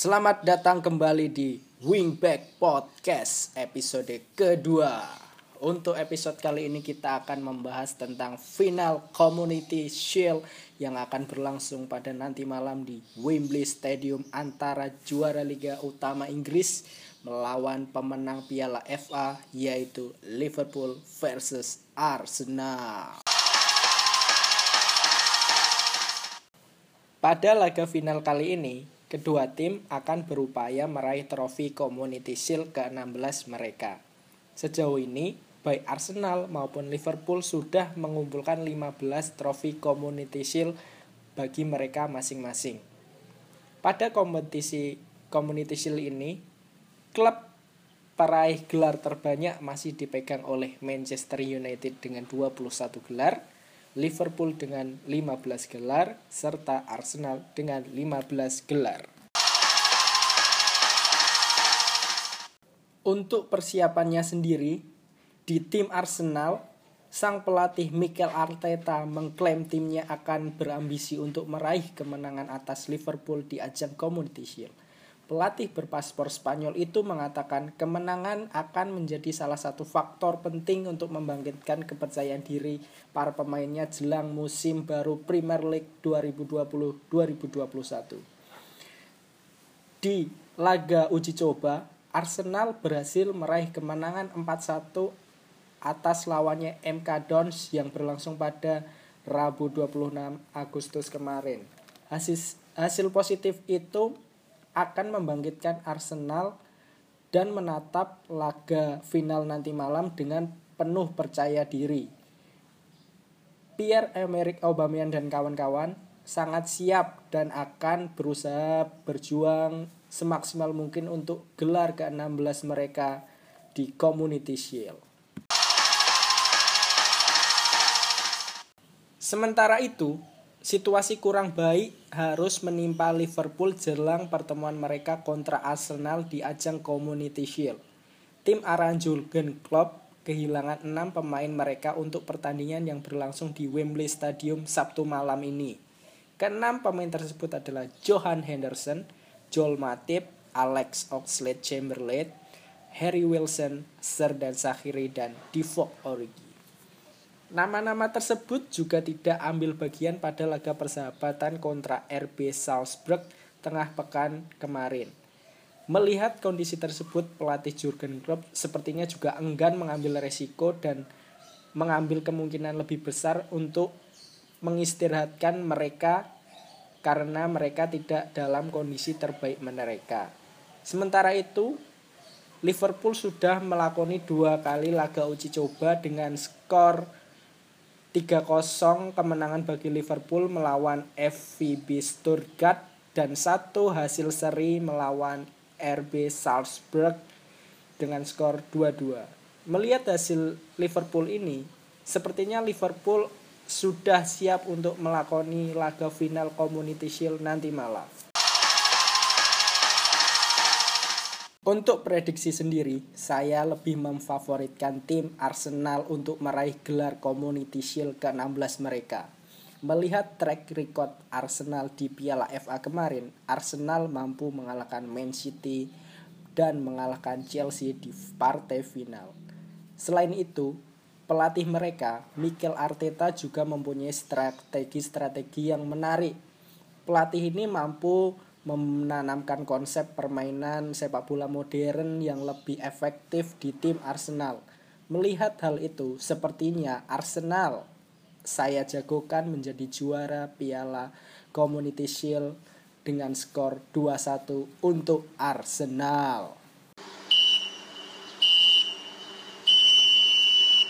Selamat datang kembali di Wingback Podcast episode kedua. Untuk episode kali ini kita akan membahas tentang final Community Shield yang akan berlangsung pada nanti malam di Wembley Stadium antara juara Liga Utama Inggris melawan pemenang Piala FA yaitu Liverpool versus Arsenal. Pada laga final kali ini, kedua tim akan berupaya meraih trofi Community Shield ke-16 mereka. Sejauh ini, baik Arsenal maupun Liverpool sudah mengumpulkan 15 trofi Community Shield bagi mereka masing-masing. Pada kompetisi Community Shield ini, klub peraih gelar terbanyak masih dipegang oleh Manchester United dengan 21 gelar, Liverpool dengan 15 gelar, serta Arsenal dengan 15 gelar. Untuk persiapannya sendiri, di tim Arsenal, sang pelatih Mikel Arteta mengklaim timnya akan berambisi untuk meraih kemenangan atas Liverpool di ajang Community Shield. Pelatih berpaspor Spanyol itu mengatakan kemenangan akan menjadi salah satu faktor penting untuk membangkitkan kepercayaan diri para pemainnya jelang musim baru Premier League 2020-2021. Di laga uji coba, Arsenal berhasil meraih kemenangan 4-1 atas lawannya MK Dons yang berlangsung pada Rabu 26 Agustus kemarin. Hasil positif itu akan membangkitkan Arsenal dan menatap laga final nanti malam dengan penuh percaya diri. Pierre-Emerick Aubameyang dan kawan-kawan sangat siap dan akan berusaha berjuang semaksimal mungkin untuk gelar ke-16 mereka di Community Shield. Sementara itu, situasi kurang baik harus menimpa Liverpool jelang pertemuan mereka kontra Arsenal di ajang Community Shield. Tim arahan Jurgen Klopp kehilangan 6 pemain mereka untuk pertandingan yang berlangsung di Wembley Stadium Sabtu malam ini. Ke-6 pemain tersebut adalah Johan Henderson, Joel Matip, Alex Oxlade-Chamberlain, Harry Wilson, Xherdan Shaqiri, dan Divock Origi. Nama-nama tersebut juga tidak ambil bagian pada laga persahabatan kontra RB Salzburg tengah pekan kemarin. Melihat kondisi tersebut, pelatih Jurgen Klopp sepertinya juga enggan mengambil resiko dan mengambil kemungkinan lebih besar untuk mengistirahatkan mereka karena mereka tidak dalam kondisi terbaik mereka. Sementara itu, Liverpool sudah melakoni 2 kali laga uji coba dengan skor 3-0 kemenangan bagi Liverpool melawan VfB Stuttgart dan 1 hasil seri melawan RB Salzburg dengan skor 2-2. Melihat hasil Liverpool ini, sepertinya Liverpool sudah siap untuk melakoni laga final Community Shield nanti malam. Untuk prediksi sendiri, saya lebih memfavoritkan tim Arsenal untuk meraih gelar Community Shield ke-16 mereka. Melihat track record Arsenal di Piala FA kemarin, Arsenal mampu mengalahkan Man City dan mengalahkan Chelsea di partai final. Selain itu, pelatih mereka, Mikel Arteta, juga mempunyai strategi yang menarik. Pelatih ini mampu menanamkan konsep permainan sepak bola modern yang lebih efektif di tim Arsenal. Melihat hal itu, sepertinya Arsenal saya jagokan menjadi juara Piala Community Shield dengan skor 2-1 untuk Arsenal.